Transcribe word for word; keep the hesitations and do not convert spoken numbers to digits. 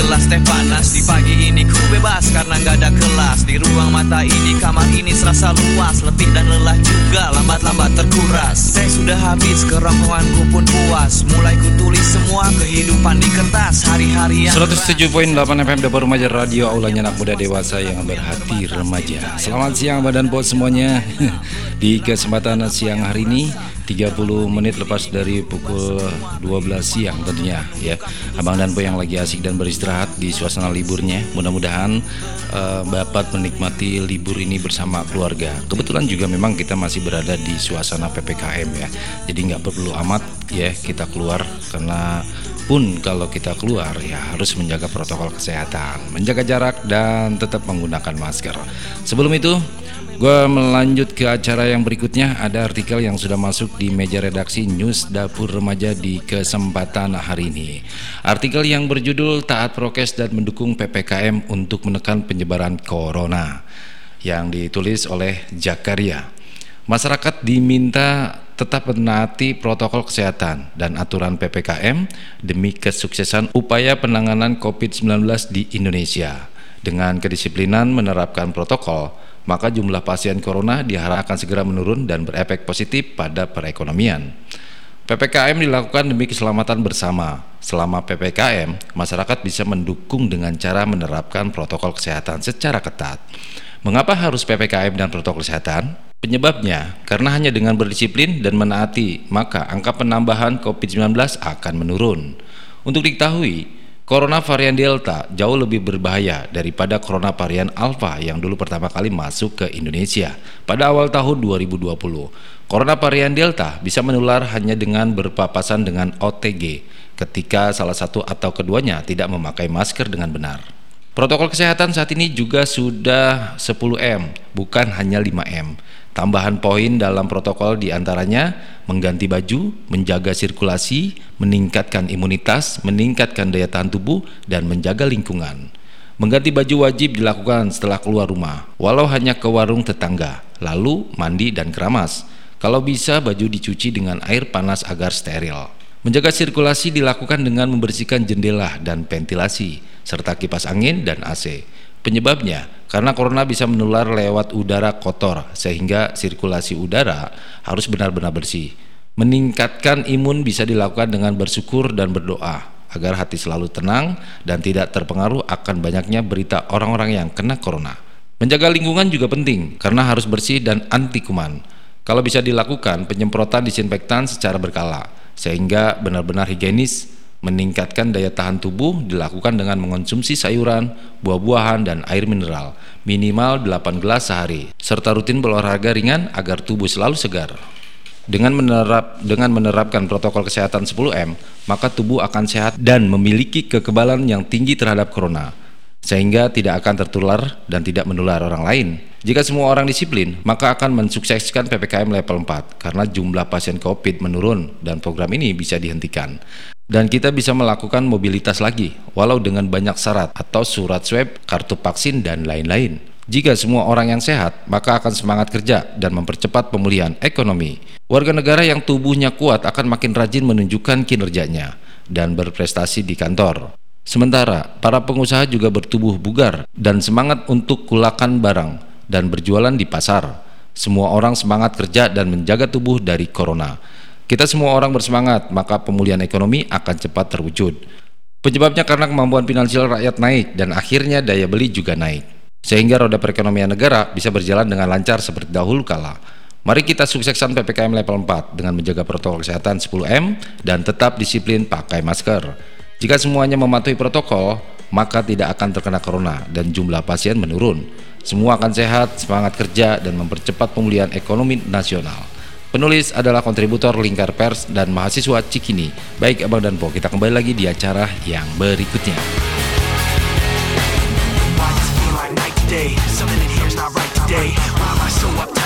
gelas teh panas. Di pagi ini ku bebas karena gak ada kelas. Di ruang mata ini, kamar ini serasa luas. Letih dan lelah juga lambat-lambat terkuras. Teh sudah habis, kerongkonganku pun puas. Mulai ku tulis semua kehidupan di kertas. Hari-hari yang seratus tujuh koma delapan F M Dapur Remaja Radio, aulanya anak muda dewasa yang berhati remaja. Selamat siang badan bot semuanya. Di kesempatan siang hari ini tiga puluh menit lepas dari pukul dua belas siang tentunya ya. Abang dan Boy yang lagi asik dan beristirahat di suasana liburnya. Mudah-mudahan uh, dapat menikmati libur ini bersama keluarga. Kebetulan juga memang kita masih berada di suasana P P K M ya. Jadi nggak perlu amat ya kita keluar, karena pun kalau kita keluar ya harus menjaga protokol kesehatan, menjaga jarak dan tetap menggunakan masker. Sebelum itu gue melanjut ke acara yang berikutnya. Ada artikel yang sudah masuk di meja redaksi News Dapur Remaja di kesempatan hari ini. Artikel yang berjudul Taat Prokes dan Mendukung P P K M untuk Menekan Penyebaran Corona, yang ditulis oleh Jakaria. Masyarakat diminta tetap menaati protokol kesehatan dan aturan P P K M demi kesuksesan upaya penanganan covid sembilan belas di Indonesia. Dengan kedisiplinan menerapkan protokol, maka jumlah pasien corona diharapkan segera menurun dan berefek positif pada perekonomian. P P K M dilakukan demi keselamatan bersama. Selama P P K M, masyarakat bisa mendukung dengan cara menerapkan protokol kesehatan secara ketat. Mengapa harus P P K M dan protokol kesehatan? Penyebabnya, karena hanya dengan berdisiplin dan menaati, maka angka penambahan covid sembilan belas akan menurun. Untuk diketahui, Corona varian Delta jauh lebih berbahaya daripada Corona varian Alpha yang dulu pertama kali masuk ke Indonesia pada awal tahun dua ribu dua puluh. Corona varian Delta bisa menular hanya dengan berpapasan dengan O T G ketika salah satu atau keduanya tidak memakai masker dengan benar. Protokol kesehatan saat ini juga sudah sepuluh M, bukan hanya lima M. Tambahan poin dalam protokol diantaranya mengganti baju, menjaga sirkulasi, meningkatkan imunitas, meningkatkan daya tahan tubuh, dan menjaga lingkungan. Mengganti baju wajib dilakukan setelah keluar rumah, walau hanya ke warung tetangga, lalu mandi dan keramas. Kalau bisa baju dicuci dengan air panas agar steril. Menjaga sirkulasi dilakukan dengan membersihkan jendela dan ventilasi, serta kipas angin dan A C. Penyebabnya, karena corona bisa menular lewat udara kotor, sehingga sirkulasi udara harus benar-benar bersih. Meningkatkan imun bisa dilakukan dengan bersyukur dan berdoa, agar hati selalu tenang dan tidak terpengaruh akan banyaknya berita orang-orang yang kena corona. Menjaga lingkungan juga penting, karena harus bersih dan anti kuman. Kalau bisa dilakukan penyemprotan disinfektan secara berkala, sehingga benar-benar higienis. Meningkatkan daya tahan tubuh dilakukan dengan mengonsumsi sayuran, buah-buahan, dan air mineral minimal delapan gelas sehari, serta rutin berolahraga ringan agar tubuh selalu segar. Dengan menerap dengan menerapkan protokol kesehatan sepuluh M, maka tubuh akan sehat dan memiliki kekebalan yang tinggi terhadap corona, sehingga tidak akan tertular dan tidak menular orang lain. Jika semua orang disiplin, maka akan mensukseskan P P K M level empat karena jumlah pasien COVID menurun dan program ini bisa dihentikan. Dan kita bisa melakukan mobilitas lagi, walau dengan banyak syarat atau surat swab, kartu vaksin, dan lain-lain. Jika semua orang yang sehat, maka akan semangat kerja dan mempercepat pemulihan ekonomi. Warga negara yang tubuhnya kuat akan makin rajin menunjukkan kinerjanya dan berprestasi di kantor. Sementara, para pengusaha juga bertubuh bugar dan semangat untuk kulakan barang dan berjualan di pasar. Semua orang semangat kerja dan menjaga tubuh dari corona. Kita semua orang bersemangat, maka pemulihan ekonomi akan cepat terwujud. Penyebabnya karena kemampuan finansial rakyat naik dan akhirnya daya beli juga naik, sehingga roda perekonomian negara bisa berjalan dengan lancar seperti dahulu kala. Mari kita sukseskan P P K M level empat dengan menjaga protokol kesehatan sepuluh M dan tetap disiplin pakai masker. Jika semuanya mematuhi protokol, maka tidak akan terkena corona dan jumlah pasien menurun. Semua akan sehat, semangat kerja, dan mempercepat pemulihan ekonomi nasional. Penulis adalah kontributor Lingkar Pers dan mahasiswa Cikini. Baik Abang dan Po, kita kembali lagi di acara yang berikutnya. Day, something in here's not right today. Why am I so uptight?